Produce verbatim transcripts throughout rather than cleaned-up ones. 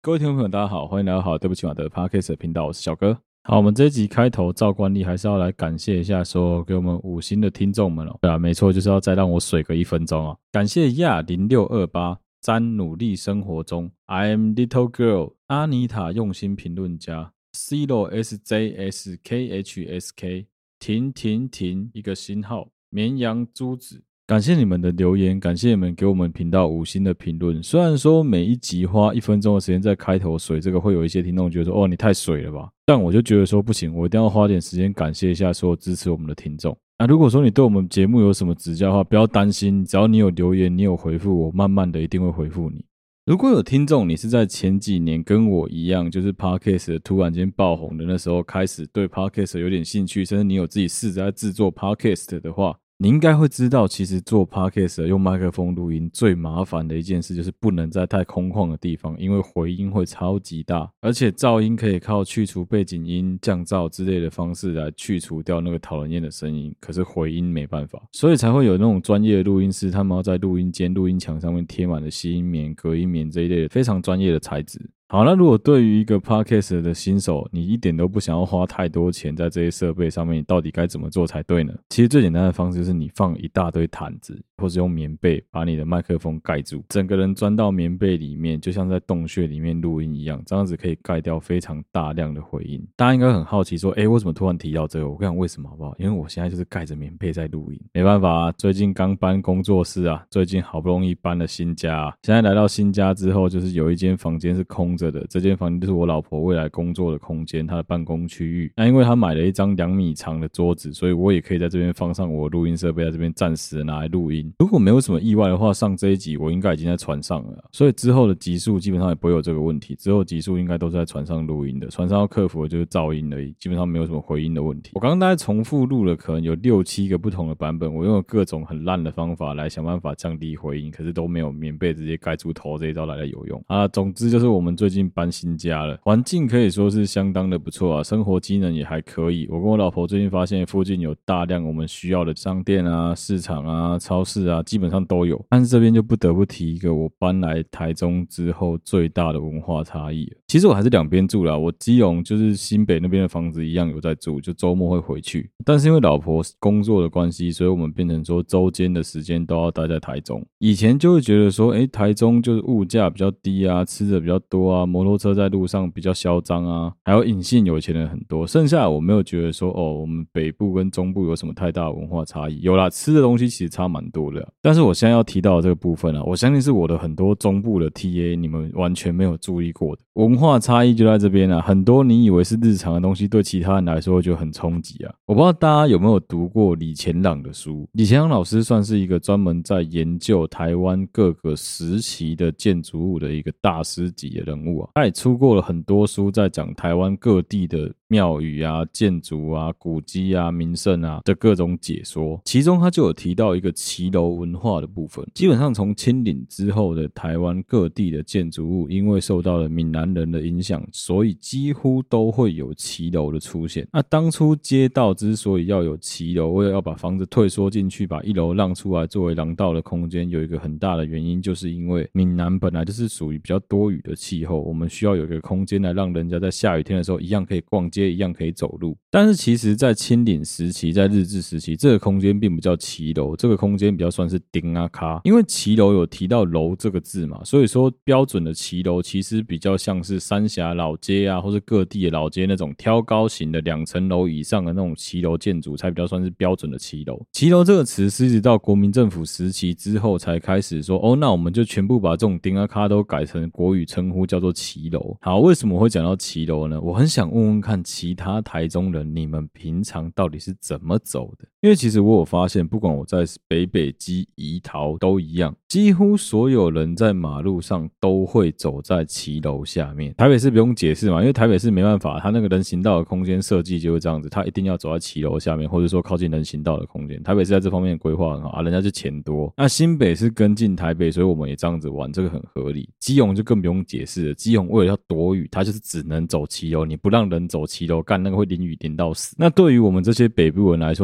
各位听众朋友大家好，欢迎来到好对不起马的 Podcast 的频道，我是小哥。好，我们这一集开头照惯例还是要来感谢一下所有给我们五星的听众们哦。对啊，没错，就是要再让我水个一分钟哦。感谢亚零六二八詹努力生活中 I am little girl 阿妮塔用心评论家 Ciro S J S K H S K 停停停一个星号绵羊珠子。感谢你们的留言，感谢你们给我们频道五星的评论。虽然说每一集花一分钟的时间在开头水，这个会有一些听众觉得说，哦，你太水了吧？但我就觉得说不行，我一定要花点时间感谢一下所有支持我们的听众。那如果说你对我们节目有什么指教的话，不要担心，只要你有留言，你有回复我，慢慢的一定会回复你。如果有听众你是在前几年跟我一样，就是 Podcast 突然间爆红的那时候开始对 Podcast 有点兴趣，甚至你有自己试着在制作 Podcast 的话，你应该会知道，其实做 Podcast 用麦克风录音最麻烦的一件事就是不能在太空旷的地方，因为回音会超级大，而且噪音可以靠去除背景音、降噪之类的方式来去除掉那个讨人厌的声音，可是回音没办法，所以才会有那种专业的录音师，他们要在录音间、录音墙上面贴满了吸音棉、隔音棉这一类的非常专业的材质。好，那如果对于一个 Podcast 的新手，你一点都不想要花太多钱在这些设备上面，你到底该怎么做才对呢？其实最简单的方式就是你放一大堆毯子，或是用棉被把你的麦克风盖住，整个人钻到棉被里面，就像在洞穴里面录音一样，这样子可以盖掉非常大量的回音。大家应该很好奇说，诶，为什么突然提到这个？我跟你讲为什么好不好？因为我现在就是盖着棉被在录音，没办法啊，最近刚搬工作室啊，最近好不容易搬了新家啊，现在来到新家之后，就是有一间房间是空着的，这间房间就是我老婆未来工作的空间，她的办公区域。那因为她买了一张两米长的桌子，所以我也可以在这边放上我的录音设备，在这边暂时的拿来录音。如果没有什么意外的话，上这一集我应该已经在船上了，所以之后的集数基本上也不会有这个问题。之后集数应该都是在船上录音的，船上要克服的就是噪音而已，基本上没有什么回音的问题。我刚刚大概重复录了可能有六七个不同的版本，我用了各种很烂的方法来想办法降低回音，可是都没有棉被直接盖住头这一招来的有用啊。总之就是我们最近搬新家了，环境可以说是相当的不错啊，生活机能也还可以。我跟我老婆最近发现附近有大量我们需要的商店啊、市场啊、超市啊，基本上都有。但是这边就不得不提一个我搬来台中之后最大的文化差异了。其实我还是两边住啦，我基隆就是新北那边的房子一样有在住，就周末会回去。但是因为老婆工作的关系，所以我们变成说周间的时间都要待在台中。以前就会觉得说，诶，台中就是物价比较低啊，吃的比较多啊，摩托车在路上比较嚣张啊，还有隐性有钱人很多。剩下我没有觉得说，哦，我们北部跟中部有什么太大的文化差异。有啦，吃的东西其实差蛮多的。但是我现在要提到的这个部分啊，我相信是我的很多中部的 T A 你们完全没有注意过的。文化差异就在这边啊，很多你以为是日常的东西，对其他人来说就很冲击啊。我不知道大家有没有读过李乾朗的书。李乾朗老师算是一个专门在研究台湾各个时期的建筑物的一个大师级的人物啊。他也出过了很多书，在讲台湾各地的庙宇啊、建筑啊、古迹啊、名胜啊的各种解说。其中他就有提到一个骑楼文化的部分。基本上从清领之后的台湾各地的建筑物，因为受到了闽南人的影响，所以几乎都会有骑楼的出现。那当初街道之所以要有骑楼，为了要把房子退缩进去，把一楼让出来作为廊道的空间，有一个很大的原因，就是因为闽南本来就是属于比较多雨的气候，我们需要有一个空间来让人家在下雨天的时候一样可以逛街，一样可以走路。但是其实在清领时期，在日治时期，这个空间并不叫骑楼，这个空间比较算是顶啊卡。因为骑楼有提到楼这个字嘛，所以说标准的骑楼其实比较像是三峡老街啊，或是各地的老街那种挑高型的两层楼以上的那种骑楼建筑，才比较算是标准的骑楼。骑楼这个词是一直到国民政府时期之后才开始说，哦，那我们就全部把这种顶啊卡都改成国语称呼，叫做骑楼。好，为什么会讲到骑楼呢？我很想问问看其他台中人，你们平常到底是怎么走的？因为其实我有发现，不管我在北北基、宜桃都一样，几乎所有人在马路上都会走在骑楼下面。台北市不用解释嘛，因为台北市没办法，它那个人行道的空间设计就是这样子，它一定要走在骑楼下面，或者说靠近人行道的空间。台北市在这方面的规划很好啊，人家就钱多。那新北是跟进台北，所以我们也这样子玩，这个很合理。基隆就更不用解释了，基隆为了要躲雨，它就是只能走骑楼，你不让人走骑楼，干那个会淋雨淋到死。那对于我们这些北部人来说，你就会很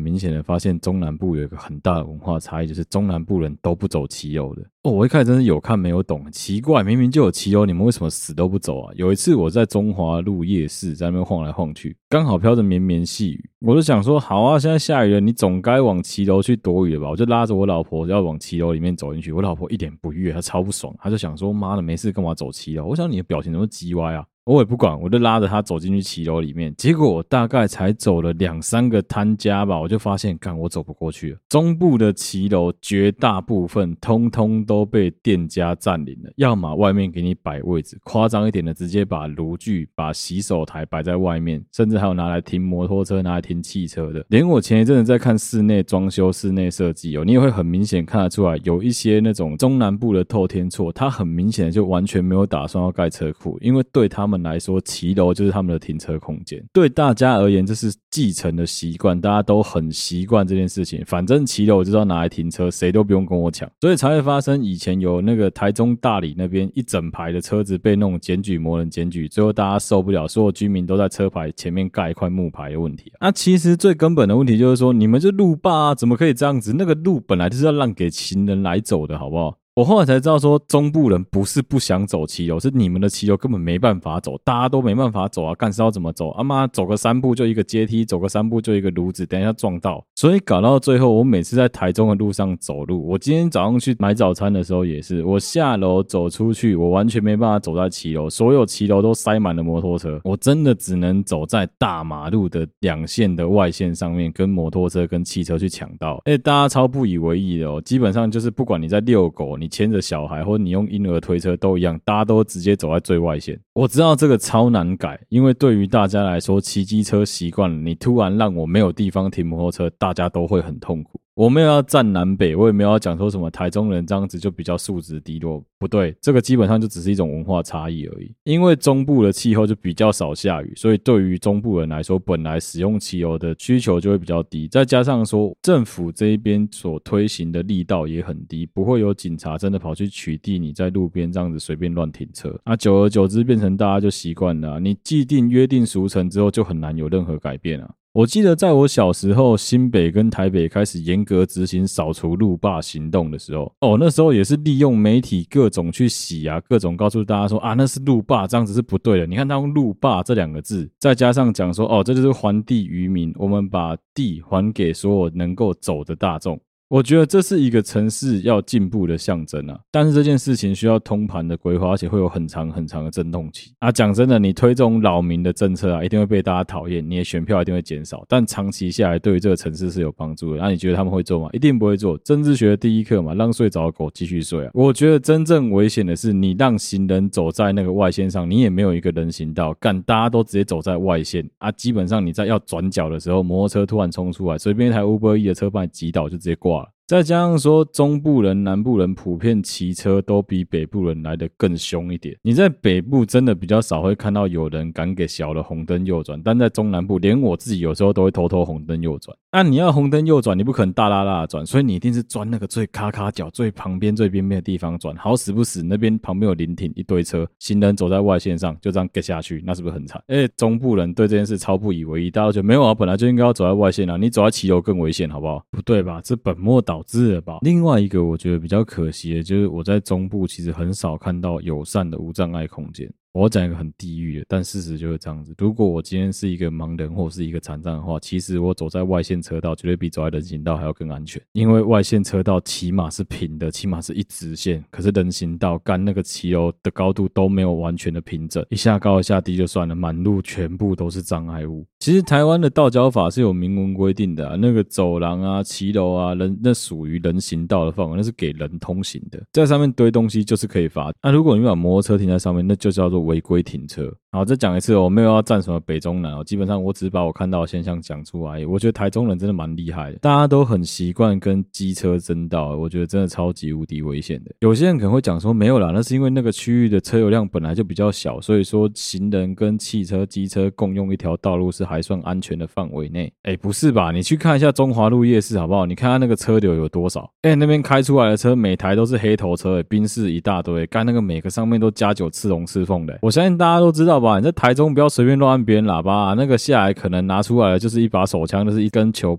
明显的发现中南部有一个很大的文化差异，就是中南部人都不走骑楼的。哦，我一开始真是有看没有懂，奇怪，明明就有骑楼，你们为什么死都不走啊？有一次我在中华路夜市在那边晃来晃去，刚好飘着绵绵细雨，我就想说，好啊，现在下雨了，你总该往骑楼去躲雨了吧？我就拉着我老婆要往骑楼里面走进去，我老婆一脸不悦，她超不爽，她就想说，妈的，没事干嘛走骑楼？我想你的表情怎么鸡歪啊？我也不管，我就拉着他走进去骑楼里面，结果我大概才走了两三个摊家吧，我就发现，干，我走不过去了。中部的骑楼绝大部分通通都被店家占领了，要么外面给你摆位置，夸张一点的直接把炉具、把洗手台摆在外面，甚至还有拿来停摩托车、拿来停汽车的。连我前一阵子在看室内装修、室内设计哦，你也会很明显看得出来，有一些那种中南部的透天厝，它很明显的就完全没有打算要盖车库，因为对他们来说，骑楼就是他们的停车空间。对大家而言，这是继承的习惯，大家都很习惯这件事情。反正骑楼就是要拿来停车，谁都不用跟我抢，所以才会发生以前有那个台中大里那边一整排的车子被那种检举魔人检举，最后大家受不了，所有居民都在车牌前面盖一块木牌的问题啊。那其实最根本的问题就是说，你们就路霸啊，怎么可以这样子？那个路本来就是要让给行人来走的，好不好？我后来才知道说，中部人不是不想走骑楼，是你们的骑楼根本没办法走，大家都没办法走啊，干是要怎么走？啊妈，走个三步就一个阶梯，走个三步就一个炉子，等一下撞到。所以搞到最后，我每次在台中的路上走路，我今天早上去买早餐的时候也是，我下楼走出去，我完全没办法走在骑楼，所有骑楼都塞满了摩托车，我真的只能走在大马路的两线的外线上面，跟摩托车跟汽车去抢道。哎，大家超不以为意的哦，基本上就是不管你在遛狗，你牵着小孩，或者你用婴儿推车都一样，大家都直接走在最外线。我知道这个超难改，因为对于大家来说，骑机车习惯了，你突然让我没有地方停摩托车，大家都会很痛苦。我没有要站南北，我也没有要讲说什么台中人这样子就比较素质低落，不对，这个基本上就只是一种文化差异而已。因为中部的气候就比较少下雨，所以对于中部人来说，本来使用骑楼的需求就会比较低，再加上说政府这一边所推行的力道也很低，不会有警察真的跑去取缔你在路边这样子随便乱停车啊，久而久之变成大家就习惯了啊，你既定约定俗成之后就很难有任何改变啊。我记得在我小时候，新北跟台北开始严格执行扫除路霸行动的时候，哦，那时候也是利用媒体各种去洗啊，各种告诉大家说啊，那是路霸，这样子是不对的。你看他用路霸这两个字，再加上讲说哦，这就是还地于民，我们把地还给所有能够走的大众。我觉得这是一个城市要进步的象征啊，但是这件事情需要通盘的规划，而且会有很长很长的阵痛期啊。讲真的，你推这种扰民的政策啊，一定会被大家讨厌，你的选票一定会减少，但长期下来对于这个城市是有帮助的。那、啊、你觉得他们会做吗？一定不会做。政治学的第一课嘛，让睡着的狗继续睡啊。我觉得真正危险的是，你让行人走在那个外线上，你也没有一个人行道，干大家都直接走在外线啊。基本上你在要转角的时候，摩托车突然冲出来，随便一台 Uber E 的车把你击倒，就直接挂了。再加上说中部人南部人普遍骑车都比北部人来得更凶一点，你在北部真的比较少会看到有人敢给小的红灯右转，但在中南部连我自己有时候都会偷偷红灯右转。那、啊、你要红灯右转，你不可能大拉拉的转，所以你一定是钻那个最卡卡角最旁边最边边的地方转，好死不死那边旁边有临停一堆车，行人走在外线上就这样 get 下去，那是不是很惨？而且中部人对这件事超不以为意，大家都觉得没有啊，本来就应该要走在外线啊，你走在骑楼更危险好不好？不对吧，这本末倒置了吧。另外一个我觉得比较可惜的就是我在中部其实很少看到友善的无障碍空间。我要讲一个很地狱的，但事实就是这样子。如果我今天是一个盲人或是一个残障的话，其实我走在外线车道绝对比走在人行道还要更安全，因为外线车道起码是平的，起码是一直线，可是人行道干那个骑楼的高度都没有完全的平整，一下高一下低就算了，满路全部都是障碍物。其实台湾的道交法是有明文规定的啊，那个走廊啊、骑楼啊，人那属于人行道的范围，那是给人通行的，在上面堆东西就是可以罚。那、啊、如果你把摩托车停在上面，那就叫做违规停车。好，再讲一次，我没有要站什么北中南，基本上我只是把我看到的现象讲出来。我觉得台中人真的蛮厉害的，大家都很习惯跟机车争道，我觉得真的超级无敌危险的。有些人可能会讲说没有啦，那是因为那个区域的车流量本来就比较小，所以说行人跟汽车、机车共用一条道路是还算安全的范围内。哎，不是吧？你去看一下中华路夜市好不好？你看它那个车流有多少？哎，那边开出来的车每台都是黑头车，宾士一大堆，干那个每个上面都加酒刺龙刺凤的。我相信大家都知道吧？你在台中不要随便乱按别人喇叭啊，那个下来可能拿出来的就是一把手枪，就是一根球棒啊。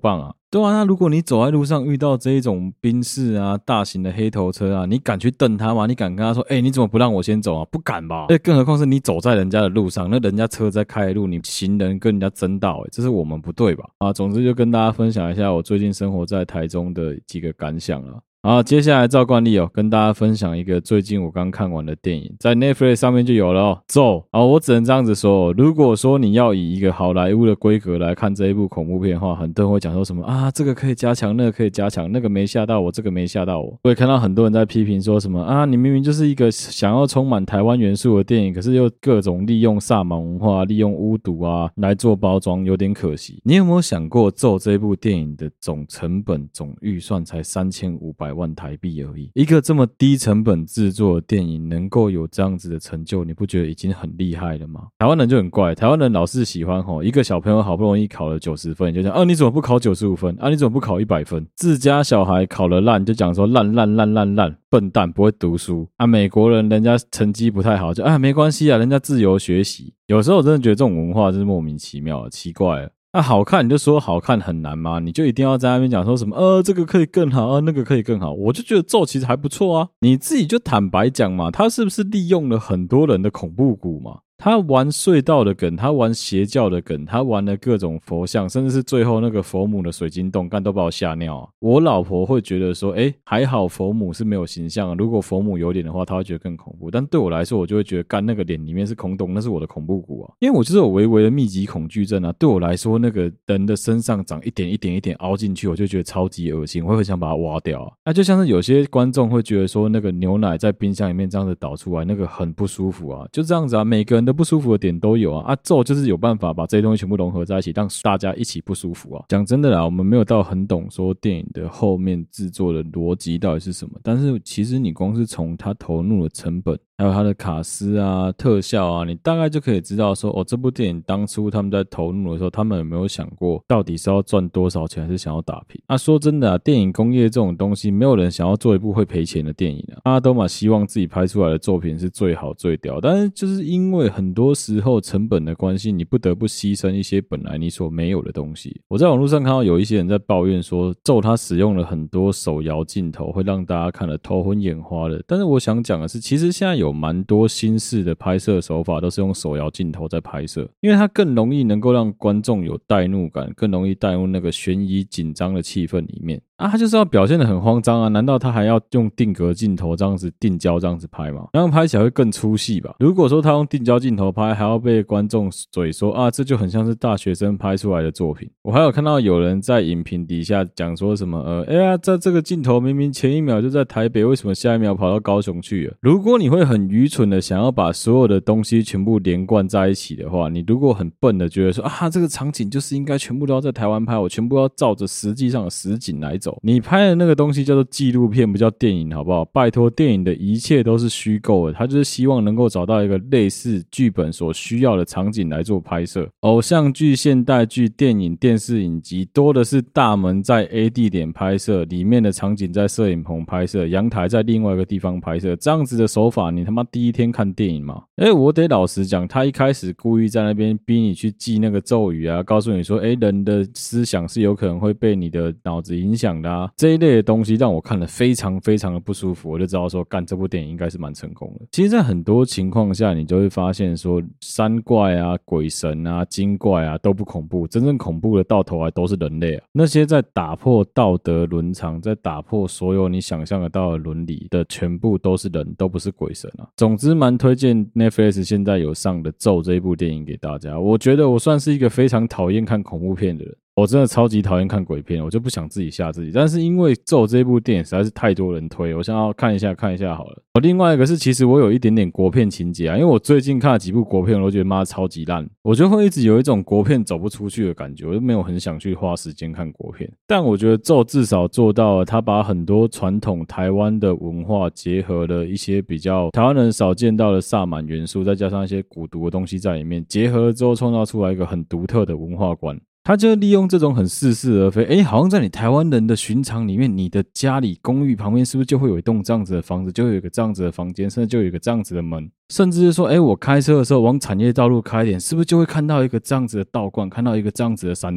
对啊，那如果你走在路上遇到这一种宾士啊、大型的黑头车啊，你敢去瞪他吗？你敢跟他说，哎、欸，你怎么不让我先走啊？不敢吧？哎，更何况是你走在人家的路上，那人家车在开的路，你行人跟人家争道，哎，这是我们不对吧？啊，总之就跟大家分享一下我最近生活在台中的几个感想了。好，接下来照惯例哦，跟大家分享一个最近我刚看完的电影，在 Netflix 上面就有了哦，咒。好，我只能这样子说，如果说你要以一个好莱坞的规格来看这一部恐怖片的话，很多人会讲说什么啊，这个可以加强，那个可以加强，那个没吓到我，这个没吓到我。我也看到很多人在批评说什么啊，你明明就是一个想要充满台湾元素的电影，可是又各种利用萨满文化、利用巫毒啊来做包装，有点可惜。你有没有想过，咒这部电影的总成本、总预算才三千五百万台币而已，一个这么低成本制作的电影能够有这样子的成就，你不觉得已经很厉害了吗？台湾人就很怪，台湾人老是喜欢吼一个小朋友好不容易考了九十分，你就讲啊你怎么不考九十五分啊你怎么不考一百分？自家小孩考了烂就讲说烂烂烂烂烂笨蛋不会读书啊，美国人人家成绩不太好就啊没关系啊，人家自由学习。有时候我真的觉得这种文化真是莫名其妙的，奇怪了。那、啊、好看你就说好看很难吗？你就一定要在那边讲说什么呃这个可以更好啊，那个可以更好？我就觉得咒其实还不错啊，你自己就坦白讲嘛，他是不是利用了很多人的恐怖谷嘛？他玩隧道的梗，他玩邪教的梗，他玩了各种佛像，甚至是最后那个佛母的水晶洞，干都把我吓尿啊！我老婆会觉得说，哎，还好佛母是没有形象，如果佛母有脸的话，她会觉得更恐怖。但对我来说，我就会觉得，干那个脸里面是空洞，那是我的恐怖谷啊！因为我就是有微微的密集恐惧症啊，对我来说，那个人的身上长一点一点一点凹进去，我就觉得超级恶心，我会很想把它挖掉啊！那就像是有些观众会觉得说，那个牛奶在冰箱里面这样子倒出来，那个很不舒服啊，就这样子啊，每个人的不舒服的点都有啊，啊咒就是有办法把这些东西全部融合在一起，让大家一起不舒服啊。讲真的啦，我们没有到很懂说电影的后面制作的逻辑到底是什么，但是其实你光是从他投入的成本，还有他的卡司啊、特效啊，你大概就可以知道说，哦，这部电影当初他们在投入的时候，他们有没有想过到底是要赚多少钱，还是想要打平？啊，说真的啊，电影工业这种东西，没有人想要做一部会赔钱的电影啊。大家都嘛希望自己拍出来的作品是最好最屌，但是就是因为很多时候成本的关系，你不得不牺牲一些本来你所没有的东西。我在网络上看到有一些人在抱怨说，咒他使用了很多手摇镜头，会让大家看了头昏眼花的。但是我想讲的是，其实现在有蛮多新式的拍摄手法都是用手摇镜头在拍摄，因为它更容易能够让观众有带入感，更容易带入那个悬疑紧张的气氛里面啊。他就是要表现得很慌张啊，难道他还要用定格镜头这样子定焦这样子拍吗？这样拍起来会更出戏吧？如果说他用定焦镜头拍，还要被观众嘴说啊，这就很像是大学生拍出来的作品。我还有看到有人在影评底下讲说什么呃，哎呀，在这个镜头明明前一秒就在台北，为什么下一秒跑到高雄去了？如果你会很愚蠢的想要把所有的东西全部连贯在一起的话，你如果很笨的觉得说啊，这个场景就是应该全部都要在台湾拍，我全部要照着实际上的实景来走，你拍的那个东西叫做纪录片，不叫电影，好不好？拜托，电影的一切都是虚构的，他就是希望能够找到一个类似剧本所需要的场景来做拍摄。偶像剧、现代剧、电影、电视影集多的是大门在 A 地点拍摄，里面的场景在摄影棚拍摄，阳台在另外一个地方拍摄，这样子的手法，你他妈第一天看电影吗？哎，我得老实讲，他一开始故意在那边逼你去记那个咒语啊，告诉你说，哎，人的思想是有可能会被你的脑子影响的啊，这一类的东西让我看了非常非常的不舒服，我就知道说，干这部电影应该是蛮成功的。其实，在很多情况下，你就会发现说，山怪啊、鬼神啊、精怪啊都不恐怖，真正恐怖的到头来都是人类啊。那些在打破道德伦常，在打破所有你想象得到的伦理的，全部都是人，都不是鬼神啊。总之，蛮推荐 Netflix 现在有上的《咒》这一部电影给大家。我觉得我算是一个非常讨厌看恐怖片的人。我真的超级讨厌看鬼片，我就不想自己吓自己。但是因为咒这部电影实在是太多人推，我想要看一下看一下好了。我另外一个是，其实我有一点点国片情节啊，因为我最近看了几部国片，我都觉得妈超级烂，我就会一直有一种国片走不出去的感觉，我就没有很想去花时间看国片。但我觉得咒至少做到了，他把很多传统台湾的文化结合了一些比较台湾人少见到的萨满元素，再加上一些蛊毒的东西在里面，结合了之后创造出来一个很独特的文化观。他就利用这种很似是而非，诶，好像在你台湾人的寻常里面，你的家里公寓旁边是不是就会有一栋这样子的房子，就会有一个这样子的房间，甚至就有一个这样子的门，甚至是说，诶，我开车的时候往产业道路开一点，是不是就会看到一个这样子的道观，看到一个这样子的山庄？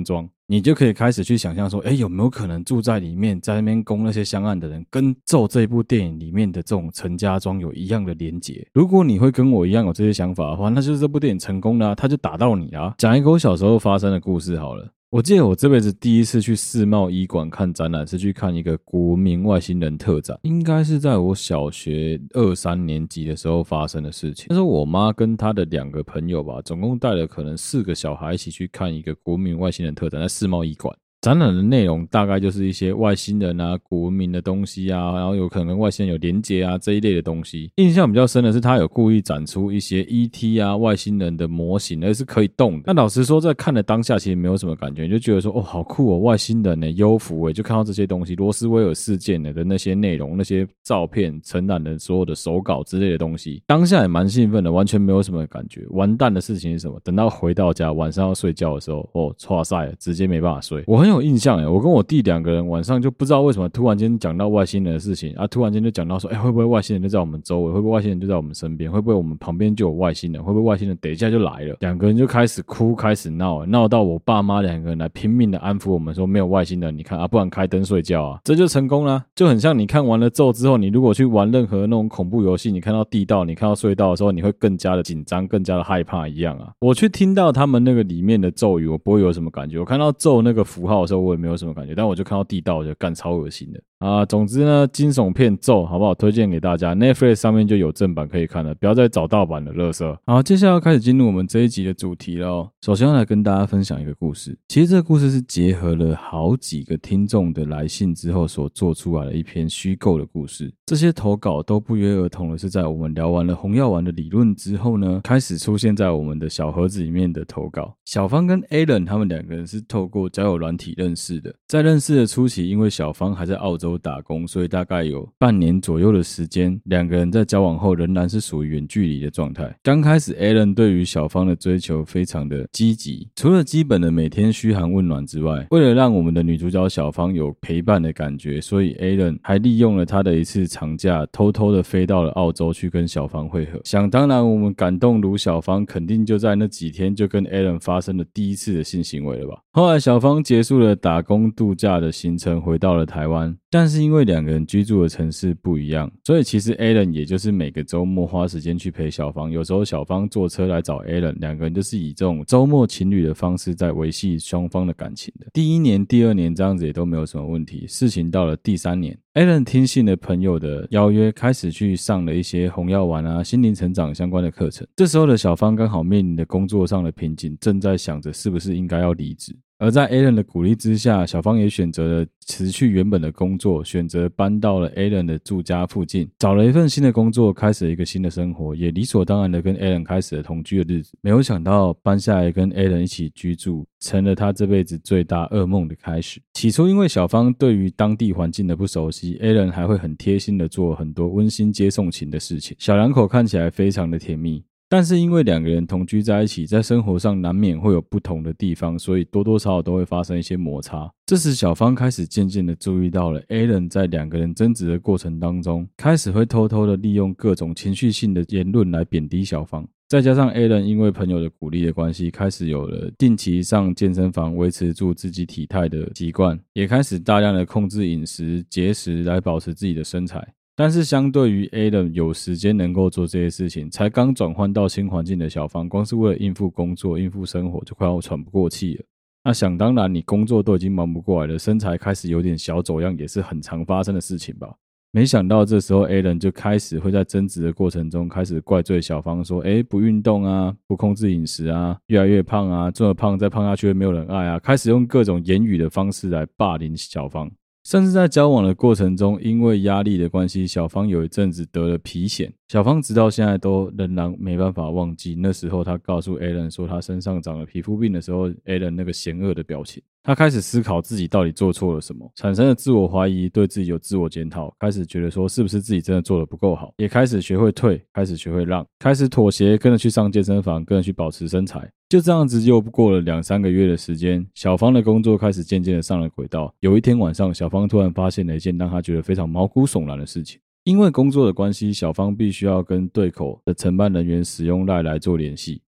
你就可以开始去想象说，诶，有没有可能住在里面，在那边攻那些香案的人，跟咒这一部电影里面的这种陈家庄有一样的连结？如果你会跟我一样有这些想法的话，那就是这部电影成功了啊，他就打到你啊。讲一个我小时候发生的故事好了。我记得我这辈子第一次去世贸医馆看展览，是去看一个古文明外星人特展，应该是在我小学二三年级的时候发生的事情。那时候我妈跟她的两个朋友吧，总共带了可能四个小孩一起去看一个古文明外星人特展，在世贸医馆。展览的内容大概就是一些外星人啊、古文明的东西啊，然后有可能跟外星人有连结啊这一类的东西。印象比较深的是，他有故意展出一些 E T 啊、外星人的模型，而是可以动的。那老实说，在看的当下其实没有什么感觉，你就觉得说，哦，好酷哦，外星人呢，幽浮诶，就看到这些东西，罗斯威尔事件的那些内容、那些照片、承揽的所有的手稿之类的东西，当下也蛮兴奋的，完全没有什么感觉。完蛋的事情是什么？等到回到家晚上要睡觉的时候，哦，唰塞了，直接没办法睡。我很有印象诶，我跟我弟两个人晚上就不知道为什么突然间讲到外星人的事情啊，突然间就讲到说，哎，会不会外星人就在我们周围？会不会外星人就在我们身边？会不会我们旁边就有外星人？会不会外星人等一下就来了？两个人就开始哭，开始闹，闹到我爸妈两个人来拼命的安抚我们说，没有外星人，你看啊，不然开灯睡觉啊，这就成功了。就很像你看完了咒之后，你如果去玩任何那种恐怖游戏，你看到地道，你看到隧道的时候，你会更加的紧张，更加的害怕一样啊。我去听到他们那个里面的咒语，我不会有什么感觉。我看到咒那个符号的时候，我也没有什么感觉。但我就看到地道，我就干超恶心的啊！总之呢，惊悚片咒好不好？推荐给大家 ，Netflix 上面就有正版可以看了，不要再找盗版的垃圾。好，接下来要开始进入我们这一集的主题了哦。首先要来跟大家分享一个故事，其实这个故事是结合了好几个听众的来信之后所做出来的一篇虚构的故事。这些投稿都不约而同的是在我们聊完了红药丸的理论之后呢，开始出现在我们的小盒子里面的投稿。小芳跟 Alan 他们两个人是透过交友软体认识的，在认识的初期，因为小芳还在澳洲打工，所以大概有半年左右的时间，两个人在交往后仍然是属于远距离的状态。刚开始 Alan 对于小芳的追求非常的积极，除了基本的每天嘘寒问暖之外，为了让我们的女主角小芳有陪伴的感觉，所以 Alan 还利用了他的一次长假，偷偷的飞到了澳洲去跟小芳会合。想当然，我们感动如小芳，肯定就在那几天就跟 Alan 发生了第一次的性行为了吧。后来小芳结束了打工度假的行程，回到了台湾，但是因为两个人居住的城市不一样，所以其实 Alan 也就是每个周末花时间去陪小芳，有时候小芳坐车来找 Alan， 两个人就是以这种周末情侣的方式在维系双方的感情的。第一年、第二年这样子也都没有什么问题，事情到了第三年， Alan 听信了朋友的邀约，开始去上了一些红药丸啊、心灵成长相关的课程。这时候的小芳刚好面临的工作上的瓶颈，正在想着是不是应该要离职。而在 Alan 的鼓励之下，小芳也选择了辞去原本的工作，选择搬到了 Alan 的住家附近，找了一份新的工作，开始了一个新的生活，也理所当然的跟 Alan 开始了同居的日子。没有想到搬下来跟 Alan 一起居住，成了他这辈子最大噩梦的开始。起初因为小芳对于当地环境的不熟悉， Alan 还会很贴心的做很多温馨接送情的事情，小两口看起来非常的甜蜜。但是因为两个人同居在一起，在生活上难免会有不同的地方，所以多多少少都会发生一些摩擦。这时小芳开始渐渐的注意到了 Alan 在两个人争执的过程当中，开始会偷偷的利用各种情绪性的言论来贬低小芳。再加上 Alan 因为朋友的鼓励的关系，开始有了定期上健身房维持住自己体态的习惯，也开始大量的控制饮食、节食来保持自己的身材。但是相对于 Alan 有时间能够做这些事情，才刚转换到新环境的小芳，光是为了应付工作、应付生活就快要喘不过气了。那想当然，你工作都已经忙不过来了，身材开始有点小走样，也是很常发生的事情吧。没想到这时候 Alan 就开始会在争执的过程中开始怪罪小芳说，诶，不运动啊，不控制饮食啊，越来越胖啊，这么胖再胖下去会没有人爱啊，开始用各种言语的方式来霸凌小芳。甚至在交往的过程中，因为压力的关系，小芳有一阵子得了皮癣。小芳直到现在都仍然没办法忘记那时候她告诉 Alan 说她身上长了皮肤病的时候 Alan 那个嫌恶的表情。她开始思考自己到底做错了什么，产生了自我怀疑，对自己有自我检讨，开始觉得说是不是自己真的做得不够好，也开始学会退，开始学会让，开始妥协，跟着去上健身房，跟着去保持身材。就这样子又过了两三个月的时间，小芳的工作开始渐渐的上了轨道。有一天晚上，小芳突然发现了一件让她觉得非常毛骨悚然的事情。因为工作的关系，小芳必须要跟对口的承办人员使用 LINE 来做联系。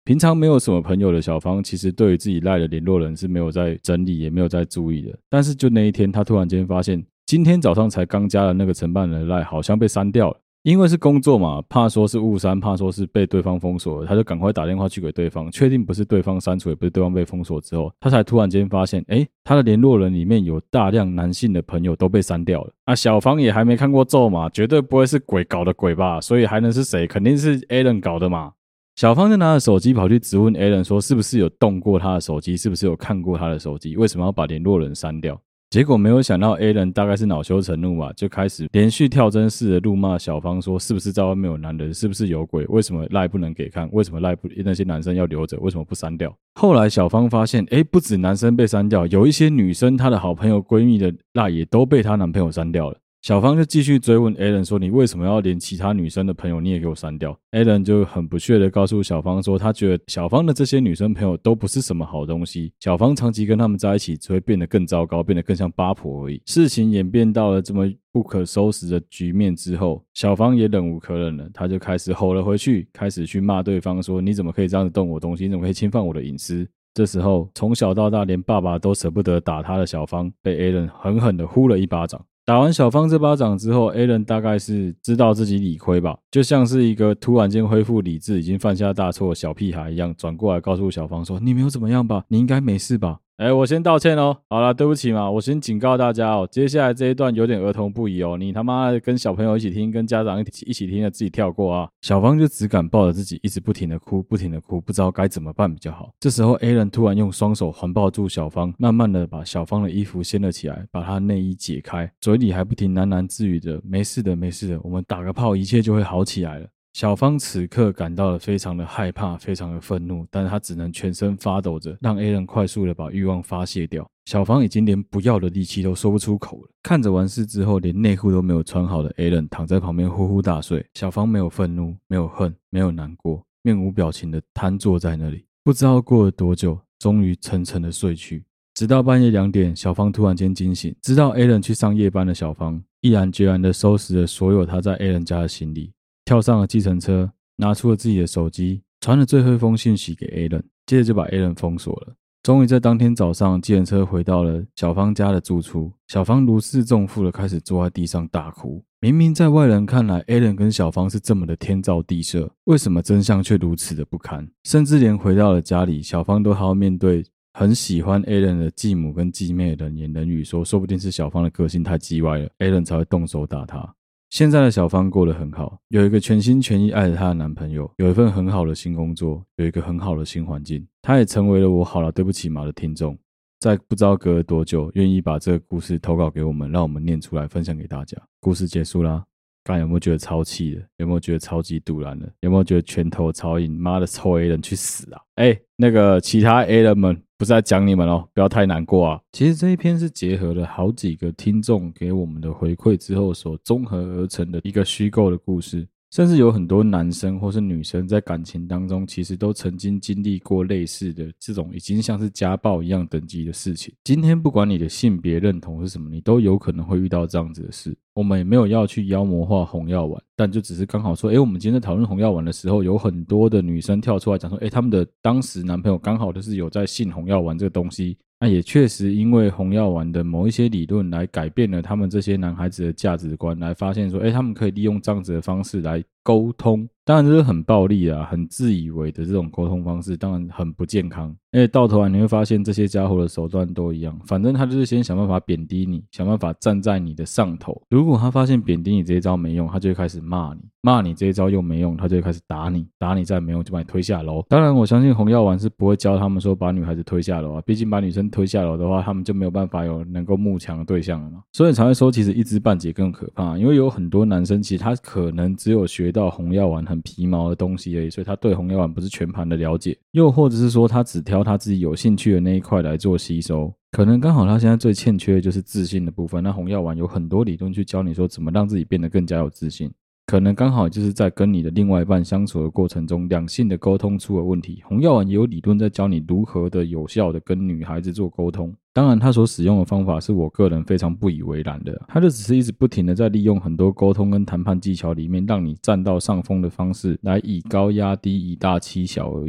平常没有什么朋友的小芳，其实对于自己赖的联络人是没有在整理，也没有在注意的。但是就那一天，她突然间发现，今天早上才刚加的那个承办人的赖好像被删掉了。因为是工作嘛，怕说是误删，怕说是被对方封锁了，他就赶快打电话去给对方，确定不是对方删除，也不是对方被封锁之后，他才突然间发现，诶，他的联络人里面有大量男性的朋友都被删掉了。啊，小芳也还没看过咒嘛，绝对不会是鬼搞的鬼吧，所以还能是谁？肯定是 Alan 搞的嘛。小芳就拿着手机跑去质问 Alan 说，是不是有动过他的手机，是不是有看过他的手机，为什么要把联络人删掉？结果没有想到 Alan 大概是恼羞成怒吧，就开始连续跳针式的怒骂小芳说，是不是在外面有男人，是不是有鬼，为什么赖不能给看，为什么赖不那些男生要留着，为什么不删掉。后来小芳发现，诶，不止男生被删掉，有一些女生她的好朋友闺蜜的赖也都被她男朋友删掉了。小芳就继续追问 Alan 说，你为什么要连其他女生的朋友你也给我删掉？ Alan 就很不屑的告诉小芳说，他觉得小芳的这些女生朋友都不是什么好东西，小芳长期跟他们在一起只会变得更糟糕，变得更像八婆而已。事情演变到了这么不可收拾的局面之后，小芳也忍无可忍了，她就开始吼了回去，开始去骂对方说，你怎么可以这样子动我东西，你怎么可以侵犯我的隐私。这时候从小到大连爸爸都舍不得打他的小芳被 Alan 狠狠的呼了一巴掌。打完小芳这巴掌之后， Alan 大概是知道自己理亏吧，就像是一个突然间恢复理智已经犯下大错的小屁孩一样，转过来告诉小芳说，你没有怎么样吧，你应该没事吧。哎，我先道歉哦。好啦，对不起嘛，我先警告大家哦，接下来这一段有点儿童不宜哦，你他妈的跟小朋友一起听，跟家长一起一起听的，自己跳过啊。小芳就只敢抱着自己一直不停的哭，不停的哭，不知道该怎么办比较好。这时候 Alan 突然用双手环抱住小芳，慢慢的把小芳的衣服掀了起来，把她内衣解开，嘴里还不停喃喃自语着，没事的没事的，我们打个炮一切就会好起来了。小芳此刻感到了非常的害怕，非常的愤怒，但是她只能全身发抖着，让 Alan 快速的把欲望发泄掉。小芳已经连不要的力气都说不出口了。看着完事之后连内裤都没有穿好的 Alan 躺在旁边呼呼大睡。小芳没有愤怒，没有恨，没有难过，面无表情的瘫坐在那里。不知道过了多久，终于沉沉的睡去。直到半夜两点，小芳突然间惊醒，知道 Alan 去上夜班的小芳毅然决然的收拾了所有她在 Alan 家的行李，跳上了计程车，拿出了自己的手机，传了最后一封讯息给 Alan， 接着就把 Alan 封锁了。终于在当天早上，计程车回到了小芳家的住处。小芳如释重负的开始坐在地上大哭。明明在外人看来 Alan 跟小芳是这么的天造地设，为什么真相却如此的不堪？甚至连回到了家里，小芳都还要面对很喜欢 Alan 的继母跟继妹的人言人语，说说不定是小芳的个性太叽歪了， Alan 才会动手打她。现在的小芳过得很好，有一个全心全意爱着她的男朋友，有一份很好的新工作，有一个很好的新环境。她也成为了我好了对不起嘛的听众，在不知道隔了多久愿意把这个故事投稿给我们，让我们念出来分享给大家。故事结束啦，刚有没有觉得超气的？有没有觉得超级堵然的？有没有觉得拳头超硬？妈的臭 A 人去死啊！哎，那个其他 A 人们不是在讲你们哦，不要太难过啊。其实这一篇是结合了好几个听众给我们的回馈之后所综合而成的一个虚构的故事。甚至有很多男生或是女生在感情当中其实都曾经经历过类似的这种已经像是家暴一样等级的事情。今天不管你的性别认同是什么，你都有可能会遇到这样子的事。我们也没有要去妖魔化红药丸，但就只是刚好说，诶，我们今天在讨论红药丸的时候，有很多的女生跳出来讲说，诶，他们的当时男朋友刚好就是有在信红药丸这个东西。那也确实因为红药丸的某一些理论来改变了他们这些男孩子的价值观，来发现说，诶，他们可以利用这样子的方式来沟通。当然这是很暴力啊，很自以为的这种沟通方式，当然很不健康。而且到头来你会发现这些家伙的手段都一样，反正他就是先想办法贬低你，想办法站在你的上头。如果他发现贬低你这一招没用，他就会开始骂你，骂你这一招又没用，他就会开始打你，打你再没用就把你推下楼。当然我相信红药丸是不会教他们说把女孩子推下楼啊，毕竟把女生推下楼的话，他们就没有办法有能够慕强的对象了嘛。所以才会说其实一知半解更可怕，因为有很多男生其实他可能只有学到红药丸很皮毛的东西而已，所以他对红药丸不是全盘的了解，又或者是说他只挑他自己有兴趣的那一块来做吸收。可能刚好他现在最欠缺的就是自信的部分，那红药丸有很多理论去教你说怎么让自己变得更加有自信。可能刚好就是在跟你的另外一半相处的过程中，两性的沟通出了问题，红药丸也有理论在教你如何的有效的跟女孩子做沟通。当然他所使用的方法是我个人非常不以为然的，他就只是一直不停的在利用很多沟通跟谈判技巧里面让你占到上风的方式来以高压低以大欺小而已啊。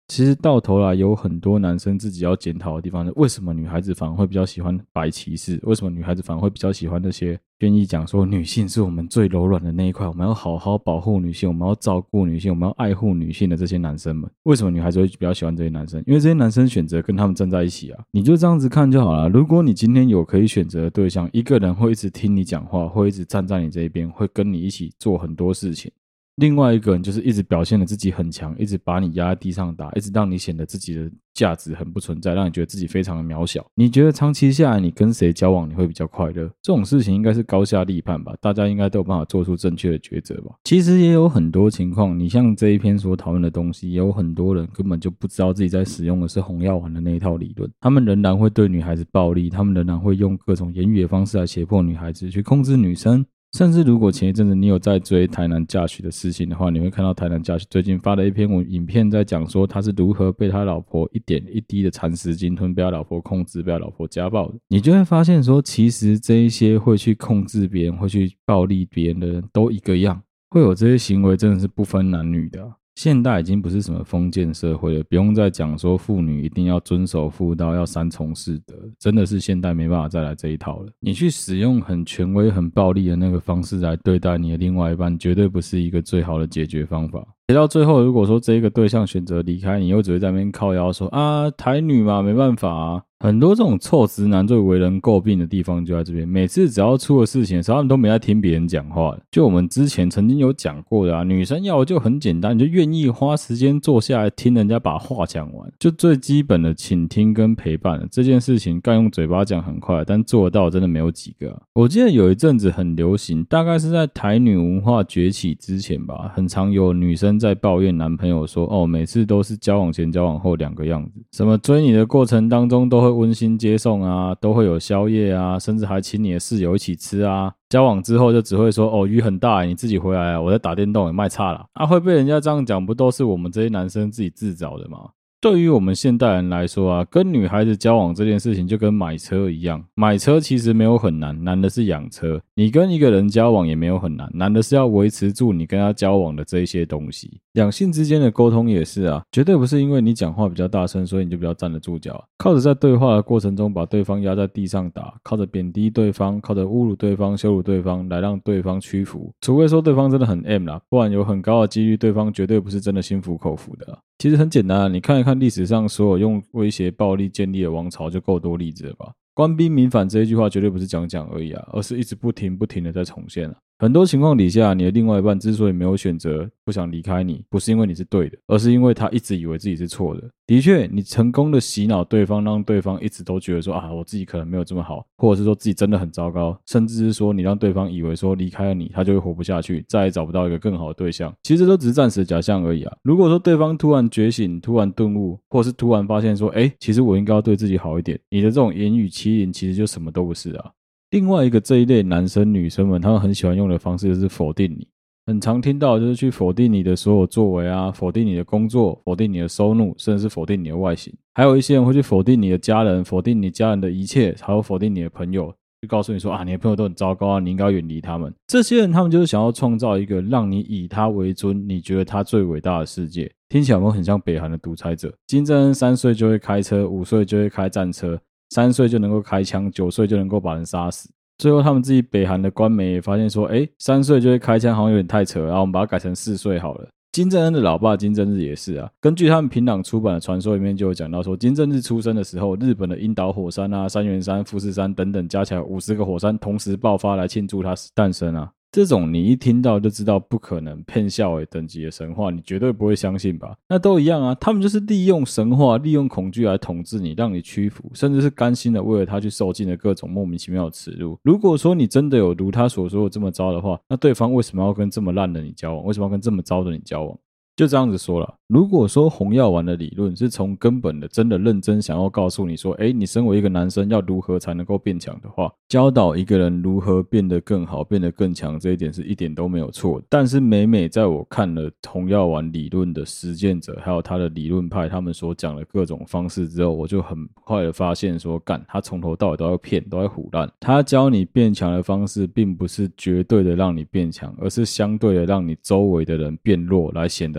其实到头来有很多男生自己要检讨的地方是，为什么女孩子反而会比较喜欢白骑士？为什么女孩子反而会比较喜欢那些愿意讲说女性是我们最柔软的那一块，我们要好好保护女性，我们要照顾女性，我们要爱护女性的这些男生们？为什么女孩子会比较喜欢这些男生？因为这些男生选择跟他们站在一起啊，你就这样子看就好了。如果你今天有可以选择的对象，一个人会一直听你讲话，会一直站在你这一边，会跟你一起做很多事情。另外一个人就是一直表现的自己很强，一直把你压在地上打，一直让你显得自己的价值很不存在，让你觉得自己非常的渺小。你觉得长期下来你跟谁交往你会比较快乐？这种事情应该是高下立判吧，大家应该都有办法做出正确的抉择吧。其实也有很多情况，你像这一篇所讨论的东西，也有很多人根本就不知道自己在使用的是红药丸的那一套理论，他们仍然会对女孩子暴力，他们仍然会用各种言语的方式来胁迫女孩子去控制女生。甚至如果前一阵子你有在追台南嫁娶的事情的话，你会看到台南嫁娶最近发了一篇影片，在讲说他是如何被他老婆一点一滴的蚕食鲸吞，被他老婆控制，被他老婆家暴的。你就会发现说，其实这一些会去控制别人，会去暴力别人的人都一个样，会有这些行为真的是不分男女的啊。现代已经不是什么封建社会了，不用再讲说妇女一定要遵守妇道，要三从四德，真的是现代没办法再来这一套了。你去使用很权威很暴力的那个方式来对待你的另外一半，绝对不是一个最好的解决方法。写到最后，如果说这一个对象选择离开你，又只会在那边靠腰说啊台女嘛没办法啊，很多这种臭直男最为人诟病的地方就在这边。每次只要出了事情的时候，他们都没在听别人讲话的。就我们之前曾经有讲过的啊，女生要的就很简单，你就愿意花时间坐下来听人家把话讲完，就最基本的倾听跟陪伴。这件事情干用嘴巴讲很快，但做得到真的没有几个啊。我记得有一阵子很流行，大概是在台女文化崛起之前吧，很常有女生在抱怨男朋友说，哦，每次都是交往前交往后两个样子，什么追你的过程当中都会温馨接送啊，都会有宵夜啊，甚至还请你的室友一起吃啊，交往之后就只会说，哦，雨很大，你自己回来啊，我在打电动也卖差啦。啊，会被人家这样讲，不都是我们这些男生自己自找的吗？对于我们现代人来说啊，跟女孩子交往这件事情就跟买车一样，买车其实没有很难，难的是养车。你跟一个人交往也没有很难，难的是要维持住你跟他交往的这一些东西。两性之间的沟通也是啊，绝对不是因为你讲话比较大声，所以你就比较站得住脚。靠着在对话的过程中把对方压在地上打，靠着贬低对方，靠着侮辱对方，羞辱对方来让对方屈服，除非说对方真的很 M 啦，不然有很高的几率对方绝对不是真的心服口服的啦。其实很简单啊，你看一看历史上所有用威胁暴力建立的王朝就够多例子了吧。官兵民反这一句话绝对不是讲讲而已啊，而是一直不停不停的在重现啊。很多情况底下，你的另外一半之所以没有选择不想离开你，不是因为你是对的，而是因为他一直以为自己是错的。的确，你成功的洗脑对方，让对方一直都觉得说啊，我自己可能没有这么好，或者是说自己真的很糟糕，甚至是说你让对方以为说离开了你，他就会活不下去，再也找不到一个更好的对象。其实这都只是暂时的假象而已啊。如果说对方突然觉醒，突然顿悟，或是突然发现说，哎，其实我应该要对自己好一点，你的这种言语欺凌其实就什么都不是啊。另外一个这一类男生女生们他们很喜欢用的方式就是否定你，很常听到就是去否定你的所有作为啊，否定你的工作，否定你的收入，甚至是否定你的外形。还有一些人会去否定你的家人，否定你家人的一切，还有否定你的朋友，就告诉你说啊，你的朋友都很糟糕啊，你应该远离他们。这些人他们就是想要创造一个让你以他为尊，你觉得他最伟大的世界。听起来有没有很像北韩的独裁者？金正恩三岁就会开车，五岁就会开战车，三岁就能够开枪，九岁就能够把人杀死。最后他们自己北韩的官媒也发现说，诶，三岁就会开枪好像有点太扯，然后我们把它改成四岁好了。金正恩的老爸金正日也是啊，根据他们平壤出版的传说里面就有讲到说，金正日出生的时候，日本的樱岛火山啊、三元山、富士山等等加起来五十个火山同时爆发来庆祝他诞生啊。这种你一听到就知道不可能，骗笑诶等级的神话，你绝对不会相信吧？那都一样啊，他们就是利用神话，利用恐惧来统治你，让你屈服，甚至是甘心的为了他去受尽了各种莫名其妙的耻辱。如果说你真的有如他所说的这么糟的话，那对方为什么要跟这么烂的你交往？为什么要跟这么糟的你交往？就这样子说了，如果说红药丸的理论是从根本的真的认真想要告诉你说，诶，你身为一个男生要如何才能够变强的话，教导一个人如何变得更好，变得更强，这一点是一点都没有错的。但是每每在我看了红药丸理论的实践者还有他的理论派他们所讲的各种方式之后，我就很快的发现说，干，他从头到尾都在骗，都在唬烂。他教你变强的方式并不是绝对的让你变强，而是相对的让你周围的人变弱，来显得好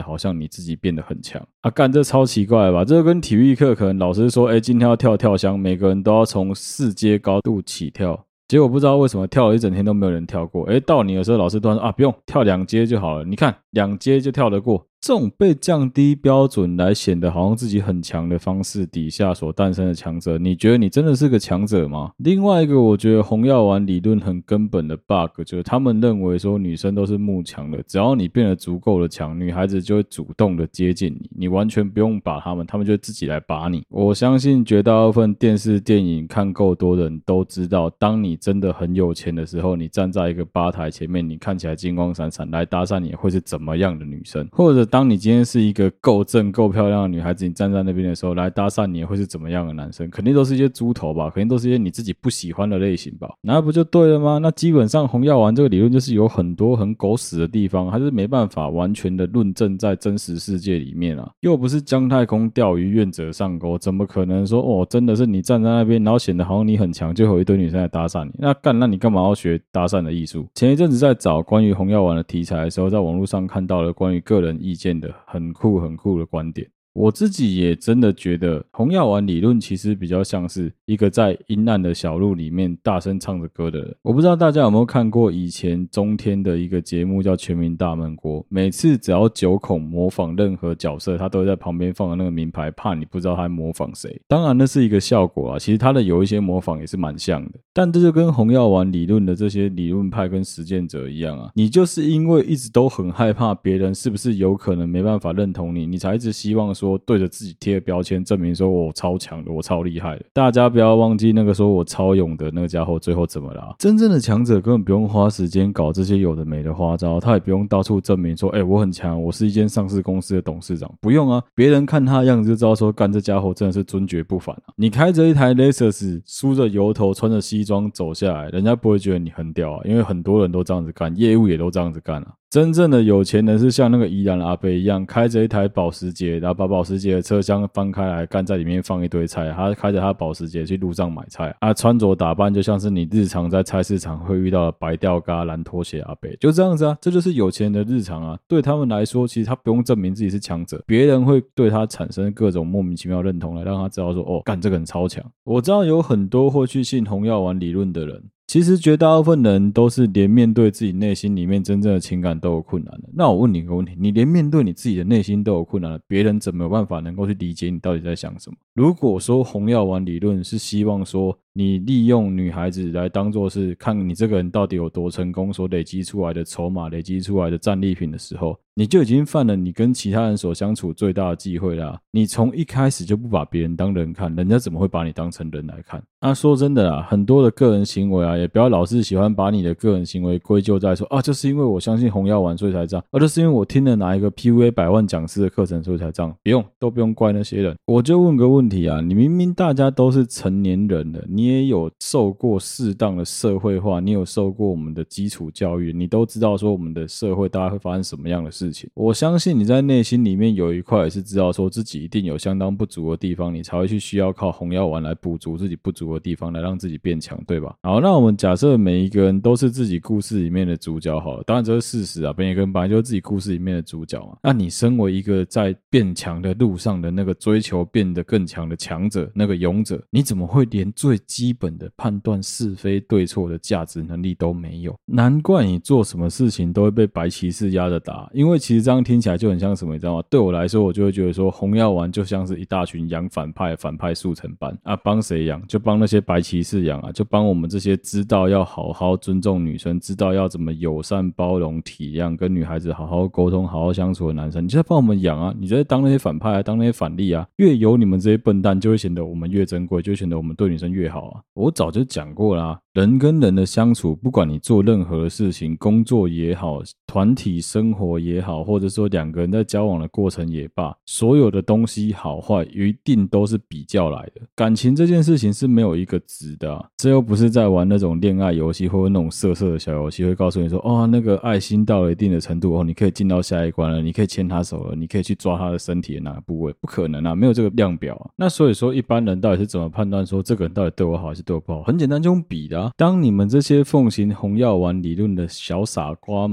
好像你自己变得很强啊，干这超奇怪吧？这就跟体育课可能老师说，哎，今天要跳跳箱，每个人都要从四阶高度起跳。结果不知道为什么跳了一整天都没有人跳过，诶，到你的时候老师突然说啊，不用跳两阶就好了，你看两阶就跳得过。这种被降低标准来显得好像自己很强的方式底下所诞生的强者，你觉得你真的是个强者吗？另外一个我觉得红药丸理论很根本的 bug 就是他们认为说女生都是慕强的，只要你变得足够的强，女孩子就会主动的接近你，你完全不用把他们，他们就会自己来把你。我相信绝大部分电视电影看够多的人都知道，当你真的很有钱的时候，你站在一个吧台前面，你看起来金光闪闪来搭讪你会是怎么样的女生，或者当你今天是一个够正够漂亮的女孩子，你站在那边的时候来搭讪你会是怎么样的男生，肯定都是一些猪头吧，肯定都是一些你自己不喜欢的类型吧，那不就对了吗？那基本上红药丸这个理论就是有很多很狗屎的地方，还是没办法完全的论证在真实世界里面啊，又不是姜太公钓鱼愿者上钩，怎么可能说哦真的是你站在那边然后显得好像你很强就会有一堆女生来搭讪你，那干那你干嘛要学搭讪的艺术？前一阵子在找关于红药丸的题材的时候，在网络上看到了关于个人意见的很酷很酷的观点。我自己也真的觉得红药丸理论其实比较像是一个在阴暗的小路里面大声唱着歌的人。我不知道大家有没有看过以前中天的一个节目叫全民大闷锅，每次只要九孔模仿任何角色，他都会在旁边放那个名牌，怕你不知道他模仿谁。当然那是一个效果啊，其实他的有一些模仿也是蛮像的，但这就跟红药丸理论的这些理论派跟实践者一样啊，你就是因为一直都很害怕别人是不是有可能没办法认同你，你才一直希望说对着自己贴标签，证明说我超强的，我超厉害的。大家不要忘记那个说我超勇的那个家伙最后怎么了啊？真正的强者根本不用花时间搞这些有的没的花招，他也不用到处证明说哎、欸、我很强，我是一间上市公司的董事长，不用啊，别人看他的样子就知道说干这家伙真的是尊爵不凡啊。你开着一台 Lexus 梳着油头穿着西装走下来，人家不会觉得你很屌啊，因为很多人都这样子干，业务也都这样子干啊。真正的有钱人是像那个宜兰阿伯一样，开着一台保时捷，然后把保时捷的车厢翻开来，干在里面放一堆菜，他开着他保时捷去路上买菜，啊，穿着打扮就像是你日常在菜市场会遇到的白吊嘎蓝拖鞋阿伯，就这样子啊，这就是有钱人的日常啊。对他们来说，其实他不用证明自己是强者，别人会对他产生各种莫名其妙认同来让他知道说，哦，干这个人超强。我知道有很多会去信红药丸理论的人，其实绝大部分人都是连面对自己内心里面真正的情感都有困难的。那我问你一个问题，你连面对你自己的内心都有困难了，别人怎么有办法能够去理解你到底在想什么？如果说红药丸理论是希望说你利用女孩子来当作是看你这个人到底有多成功所累积出来的筹码，累积出来的战利品的时候，你就已经犯了你跟其他人所相处最大的忌讳啦。你从一开始就不把别人当人看，人家怎么会把你当成人来看？那说真的啦，很多的个人行为啊，也不要老是喜欢把你的个人行为归咎在说啊，就是因为我相信红药丸所以才这样，啊，就是因为我听了哪一个 P U A 百万讲师的课程所以才这样，不用，都不用怪那些人。我就问个问题啊，你明明大家都是成年人了，你也有受过适当的社会化，你有受过我们的基础教育，你都知道说我们的社会大概会发生什么样的事情。我相信你在内心里面有一块也是知道说自己一定有相当不足的地方，你才会去需要靠红药丸来补足自己不足的地方，来让自己变强，对吧？好，那我们假设每一个人都是自己故事里面的主角好了，当然这是事实啊，每一个人本来就是自己故事里面的主角嘛。那你身为一个在变强的路上的那个追求变得更强的强者，那个勇者，你怎么会连最基本的判断是非对错的价值能力都没有？难怪你做什么事情都会被白骑士压着打，因为其实这样听起来就很像什么，你知道吗？对我来说，我就会觉得说红药丸就像是一大群养反派反派速成班啊，帮谁养？就帮那些白骑士养啊，就帮我们这些知道要好好尊重女生，知道要怎么友善包容体谅，跟女孩子好好沟通好好相处的男生，你就在帮我们养啊，你就在当那些反派啊，当那些反例啊，越有你们这些笨蛋就会显得我们越珍贵，就会显得我们对女生越好啊。我早就讲过啦，人跟人的相处，不管你做任何的事情，工作也好，团体生活也好，或者说两个人在交往的过程也罢，所有的东西好坏一定都是比较来的。感情这件事情是没有一个值的啊，这又不是在玩那种恋爱游戏或者那种色色的小游戏，会告诉你说哦，那个爱心到了一定的程度哦，你可以进到下一关了，你可以牵他手了，你可以去抓他的身体的哪个部位，不可能啊，没有这个量表啊。那所以说一般人到底是怎么判断说这个人到底对我好还是对我不好？很简单，就用比的啊。当你们这些奉行红药丸理论的小傻瓜们在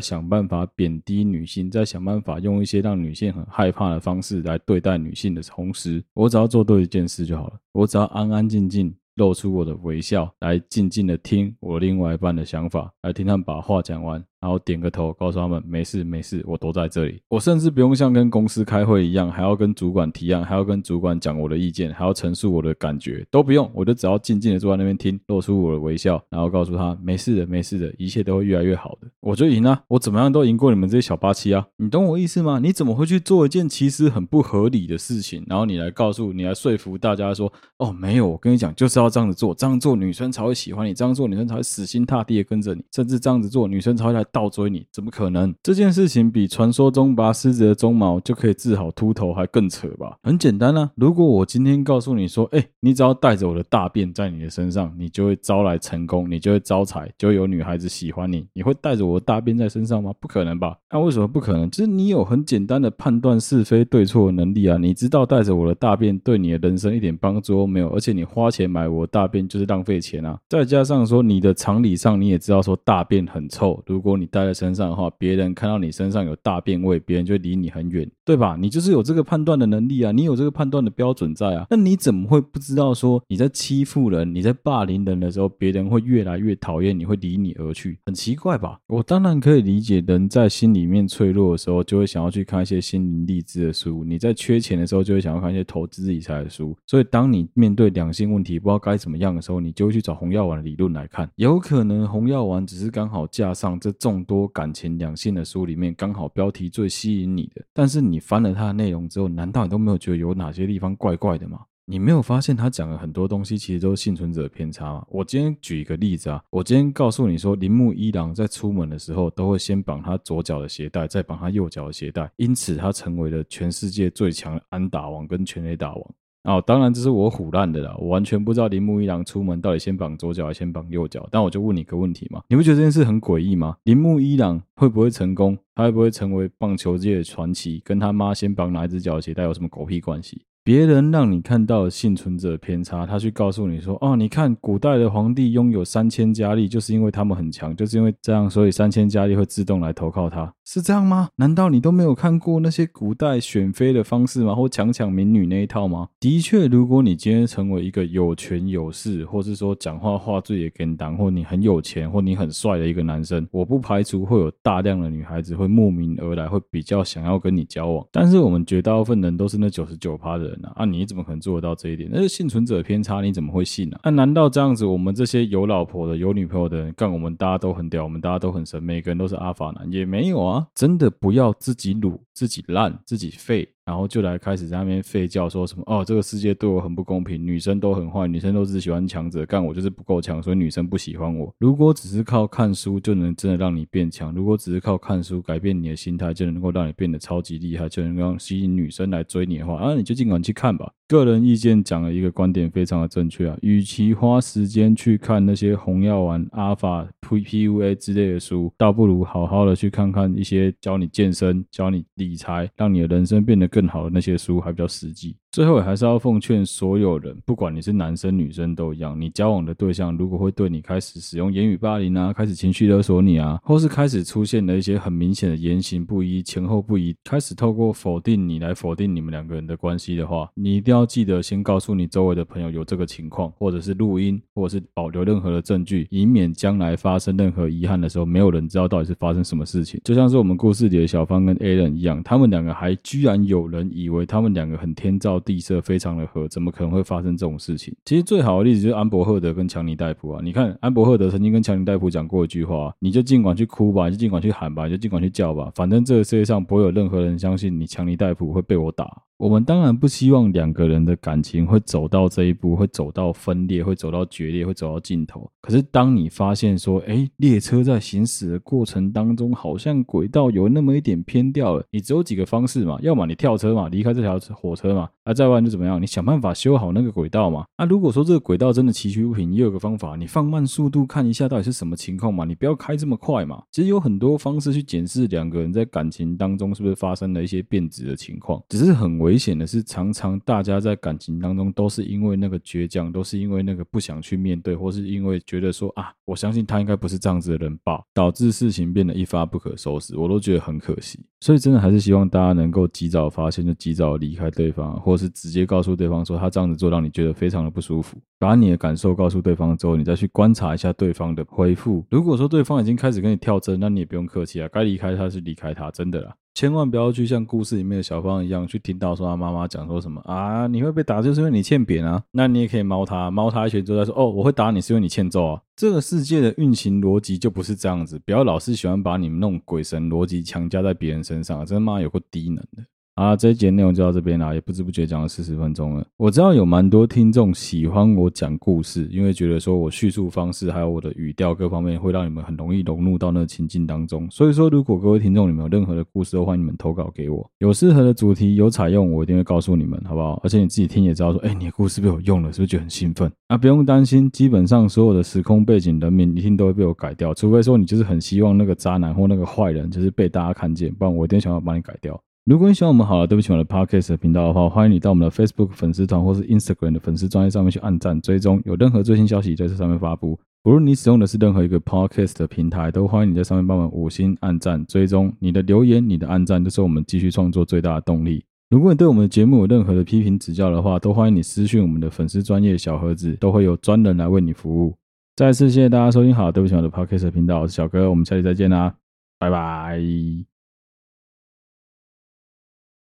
想办法贬低女性，在想办法用一些让女性很害怕的方式来对待女性的同时，我只要做对一件事就好了，我只要安安静静露出我的微笑，来静静的听我另外一半的想法，来听他们把话讲完，然后点个头告诉他们没事没事，我都在这里。我甚至不用像跟公司开会一样，还要跟主管提案，还要跟主管讲我的意见，还要陈述我的感觉，都不用，我就只要静静的坐在那边听，露出我的微笑，然后告诉他没事的没事的，一切都会越来越好的，我就赢了。我怎么样都赢过你们这些小八七啊，你懂我意思吗？你怎么会去做一件其实很不合理的事情，然后你来告诉你来说服大家说，哦没有，我跟你讲就是要这样子做，这样做女生才会喜欢你，这样做女生才会死心塌地的跟着你，甚至这样子做女生才会来倒追你，怎么可能？这件事情比传说中拔狮子的鬃毛就可以治好秃头还更扯吧？很简单啊，如果我今天告诉你说，哎、欸，你只要带着我的大便在你的身上，你就会招来成功，你就会招财，就会有女孩子喜欢你，你会带着我的大便在身上吗？不可能吧？那、啊、为什么不可能？就是你有很简单的判断是非对错的能力啊，你知道带着我的大便对你的人生一点帮助都没有，而且你花钱买我的大便就是浪费钱啊。再加上说你的常理上你也知道说大便很臭，如果你带在身上的话，别人看到你身上有大便味，别人就会离你很远，对吧？你就是有这个判断的能力啊，你有这个判断的标准在啊，那你怎么会不知道说你在欺负人，你在霸凌人的时候，别人会越来越讨厌你，会离你而去？很奇怪吧？我当然可以理解人在心里面脆弱的时候，就会想要去看一些心灵励志的书，你在缺钱的时候就会想要看一些投资理财的书，所以当你面对两性问题不知道该怎么样的时候，你就会去找红药丸的理论来看。有可能红药丸只是刚好架上这众多感情两性的书里面刚好标题最吸引你的，但是你翻了它的内容之后，难道你都没有觉得有哪些地方怪怪的吗？你没有发现他讲了很多东西其实都是幸存者偏差吗？我今天举一个例子啊，我今天告诉你说铃木一郎在出门的时候都会先绑他左脚的鞋带，再绑他右脚的鞋带，因此他成为了全世界最强的安打王跟全垒打王。哦，当然这是我唬烂的啦，我完全不知道铃木一郎出门到底先绑左脚还是先绑右脚，但我就问你个问题嘛，你不觉得这件事很诡异吗？铃木一郎会不会成功，他会不会成为棒球界的传奇，跟他妈先绑哪一只脚的鞋带有什么狗屁关系？别人让你看到的幸存者偏差，他去告诉你说，哦，你看古代的皇帝拥有三千佳丽，就是因为他们很强，就是因为这样，所以三千佳丽会自动来投靠他，是这样吗？难道你都没有看过那些古代选妃的方式吗？或强抢民女那一套吗？的确，如果你今天成为一个有权有势，或是说讲话话最也跟当，或你很有钱，或你很帅的一个男生，我不排除会有大量的女孩子会慕名而来，会比较想要跟你交往。但是我们绝大部分人都是那 百分之九十九 的人。啊，你怎么可能做得到这一点？那是幸存者偏差，你怎么会信啊？那、啊、难道这样子，我们这些有老婆的、有女朋友的人，干我们大家都很屌，我们大家都很神，每个人都是阿法男？也没有啊！真的不要自己鲁、自己烂、自己废，然后就来开始在那边废教，说什么哦，这个世界对我很不公平，女生都很坏，女生都只喜欢强者，干我就是不够强，所以女生不喜欢我。如果只是靠看书就能真的让你变强，如果只是靠看书改变你的心态就能够让你变得超级厉害，就能够吸引女生来追你的话，啊，你就尽管去看吧。个人意见讲了一个观点非常的正确啊，与其花时间去看那些红药丸、阿法、P U A 之类的书，倒不如好好的去看看一些教你健身、教你理财，让你的人生变得更好的那些书，还比较实际。最后还是要奉劝所有人，不管你是男生女生都一样，你交往的对象如果会对你开始使用言语霸凌啊，开始情绪勒索你啊，或是开始出现了一些很明显的言行不一、前后不一，开始透过否定你来否定你们两个人的关系的话，你一定要记得先告诉你周围的朋友有这个情况，或者是录音，或者是保留任何的证据，以免将来发生任何遗憾的时候，没有人知道到底是发生什么事情。就像是我们故事里的小芳跟 Alan 一样，他们两个还居然有人以为他们两个很天造地设，非常的合，怎么可能会发生这种事情？其实最好的例子就是安伯赫德跟强尼戴普啊。你看安伯赫德曾经跟强尼戴普讲过一句话，你就尽管去哭吧，你就尽管去喊吧，你就尽管去叫吧，反正这个世界上不会有任何人相信你强尼戴普会被我打。我们当然不希望两个人的感情会走到这一步，会走到分裂，会走到决裂，会走到尽头。可是当你发现说，诶，列车在行驶的过程当中好像轨道有那么一点偏掉了，你只有几个方式嘛，要么你跳车嘛，离开这条火车嘛，啊，再不然就怎么样，你想办法修好那个轨道嘛。啊，如果说这个轨道真的崎岖不平，也有个方法，你放慢速度看一下到底是什么情况嘛，你不要开这么快嘛。其实有很多方式去检视两个人在感情当中是不是发生了一些变质的情况，只是很危险的是，常常大家在感情当中都是因为那个倔强，都是因为那个不想去面对，或是因为觉得说啊，我相信他应该不是这样子的人吧，导致事情变得一发不可收拾，我都觉得很可惜。所以真的还是希望大家能够及早发现，就及早离开对方，或是直接告诉对方说他这样子做让你觉得非常的不舒服，把你的感受告诉对方之后，你再去观察一下对方的回复。如果说对方已经开始跟你跳针，那你也不用客气啊，该离开他是离开他，真的啦。千万不要去像故事里面的小芳一样，去听到说他妈妈讲说什么啊，你会被打就是因为你欠扁啊，那你也可以猫他，猫他一拳之后再说哦，我会打你是因为你欠揍啊。这个世界的运行逻辑就不是这样子，不要老是喜欢把你们那种鬼神逻辑强加在别人身上，真妈有够低能的。好啦，这一节内容就到这边啦，也不知不觉讲了四十分钟了。我知道有蛮多听众喜欢我讲故事，因为觉得说我叙述方式还有我的语调各方面会让你们很容易融入到那个情境当中。所以说，如果各位听众你们有任何的故事，都欢迎你们投稿给我。有适合的主题有采用，我一定会告诉你们，好不好？而且你自己听也知道说，哎、欸，你的故事被我用了，是不是觉得很兴奋？啊，不用担心，基本上所有的时空背景人名一定都会被我改掉，除非说你就是很希望那个渣男或那个坏人就是被大家看见，不然我一定想要把你改掉。如果你喜欢我们好了对不起我的 Podcast 的频道的话，欢迎你到我们的 Facebook 粉丝团或是 Instagram 的粉丝专页上面去按赞追踪，有任何最新消息在这上面发布。不论你使用的是任何一个 Podcast 的平台，都欢迎你在上面帮我们五星按赞追踪，你的留言你的按赞就是我们继续创作最大的动力。如果你对我们的节目有任何的批评指教的话，都欢迎你私讯我们的粉丝专页小盒子，都会有专人来为你服务。再次谢谢大家收听好对不起我的 Podcast 的频道，我是小哥，我们下期再见啦，拜拜。